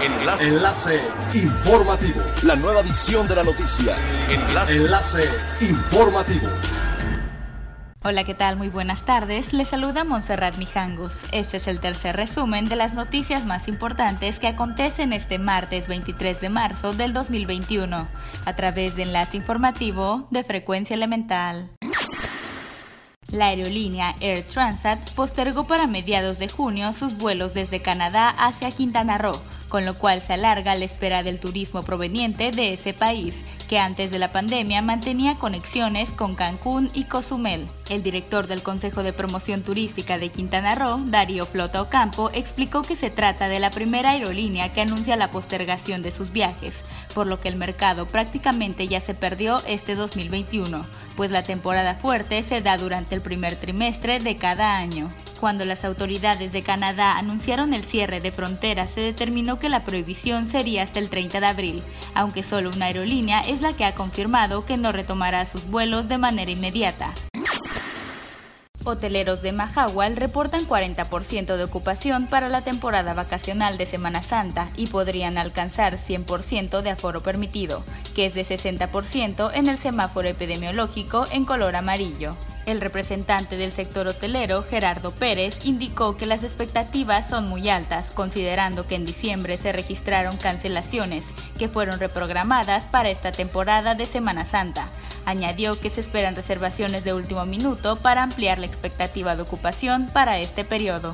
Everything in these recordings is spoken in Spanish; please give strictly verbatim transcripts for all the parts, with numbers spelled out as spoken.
Enlace. Enlace informativo. La nueva edición de la noticia. Enlace. Enlace informativo. Hola, ¿qué tal? Muy buenas tardes. Les saluda Montserrat Mijangos. Este es el tercer resumen de las noticias más importantes que acontecen este martes veintitrés de marzo del dos mil veintiuno, a través de Enlace Informativo de Frecuencia Elemental. La aerolínea Air Transat postergó para mediados de junio sus vuelos desde Canadá hacia Quintana Roo, con lo cual se alarga la espera del turismo proveniente de ese país, que antes de la pandemia mantenía conexiones con Cancún y Cozumel. El director del Consejo de Promoción Turística de Quintana Roo, Darío Flota Ocampo, explicó que se trata de la primera aerolínea que anuncia la postergación de sus viajes, por lo que el mercado prácticamente ya se perdió este dos mil veintiuno, pues la temporada fuerte se da durante el primer trimestre de cada año. Cuando las autoridades de Canadá anunciaron el cierre de fronteras, se determinó que la prohibición sería hasta el treinta de abril, aunque solo una aerolínea es la que ha confirmado que no retomará sus vuelos de manera inmediata. Hoteleros de Mahahual reportan cuarenta por ciento de ocupación para la temporada vacacional de Semana Santa y podrían alcanzar cien por ciento de aforo permitido, que es de sesenta por ciento en el semáforo epidemiológico en color amarillo. El representante del sector hotelero, Gerardo Pérez, indicó que las expectativas son muy altas, considerando que en diciembre se registraron cancelaciones que fueron reprogramadas para esta temporada de Semana Santa. Añadió que se esperan reservaciones de último minuto para ampliar la expectativa de ocupación para este periodo.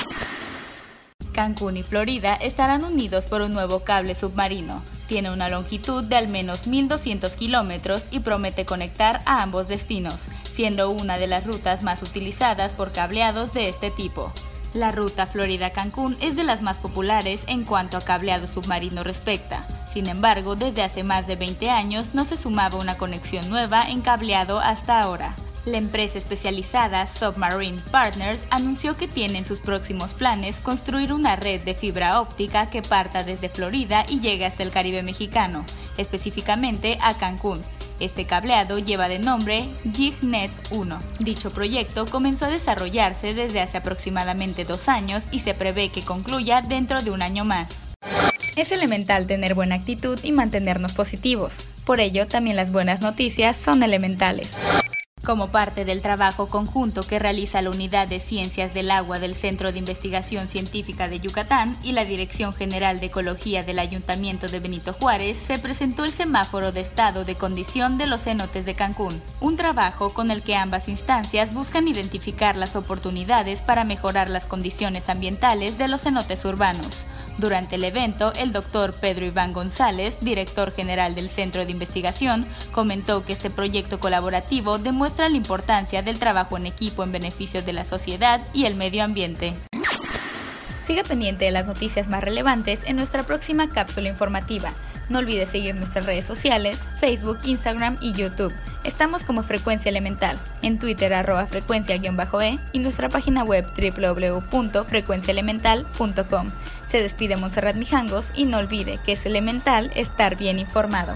Cancún y Florida estarán unidos por un nuevo cable submarino. Tiene una longitud de al menos mil doscientos kilómetros y promete conectar a ambos destinos, siendo una de las rutas más utilizadas por cableados de este tipo. La ruta Florida-Cancún es de las más populares en cuanto a cableado submarino respecta. Sin embargo, desde hace más de veinte años no se sumaba una conexión nueva en cableado hasta ahora. La empresa especializada Submarine Partners anunció que tiene en sus próximos planes construir una red de fibra óptica que parta desde Florida y llegue hasta el Caribe mexicano, específicamente a Cancún. Este cableado lleva de nombre GigNet uno. Dicho proyecto comenzó a desarrollarse desde hace aproximadamente dos años y se prevé que concluya dentro de un año más. Es elemental tener buena actitud y mantenernos positivos. Por ello, también las buenas noticias son elementales. Como parte del trabajo conjunto que realiza la Unidad de Ciencias del Agua del Centro de Investigación Científica de Yucatán y la Dirección General de Ecología del Ayuntamiento de Benito Juárez, se presentó el semáforo de estado de condición de los cenotes de Cancún, un trabajo con el que ambas instancias buscan identificar las oportunidades para mejorar las condiciones ambientales de los cenotes urbanos. Durante el evento, el doctor Pedro Iván González, director general del Centro de Investigación, comentó que este proyecto colaborativo demuestra la importancia del trabajo en equipo en beneficio de la sociedad y el medio ambiente. Siga pendiente de las noticias más relevantes en nuestra próxima cápsula informativa. No olvide seguir nuestras redes sociales, Facebook, Instagram y YouTube. Estamos como Frecuencia Elemental, en Twitter arroba frecuencia-e y nuestra página web doble u doble u doble u punto frecuencia elemental punto com. Se despide Montserrat Mijangos y no olvide que es elemental estar bien informado.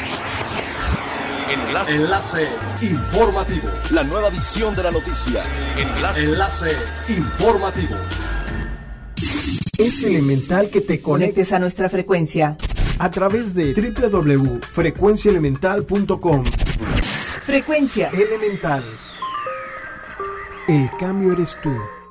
Enlace. Enlace informativo. La nueva edición de la noticia. Enlace. Enlace informativo. Es elemental que te conectes a nuestra frecuencia a través de doble u doble u doble u punto frecuencia elemental punto com. Frecuencia Elemental. El cambio eres tú.